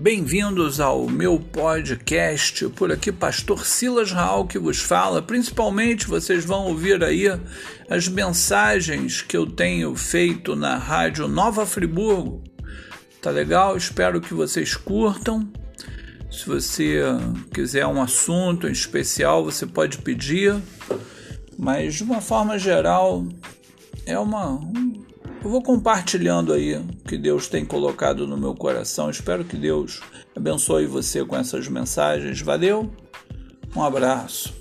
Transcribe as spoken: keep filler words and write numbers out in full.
Bem-vindos ao meu podcast, por aqui Pastor Silas Raal que vos fala. Principalmente vocês vão ouvir aí as mensagens que eu tenho feito na Rádio Nova Friburgo. Tá legal? Espero que vocês curtam. Se você quiser um assunto em especial, você pode pedir, mas de uma forma geral é uma... Eu vou compartilhando aí o que Deus tem colocado no meu coração. Espero que Deus abençoe você com essas mensagens. Valeu, um abraço.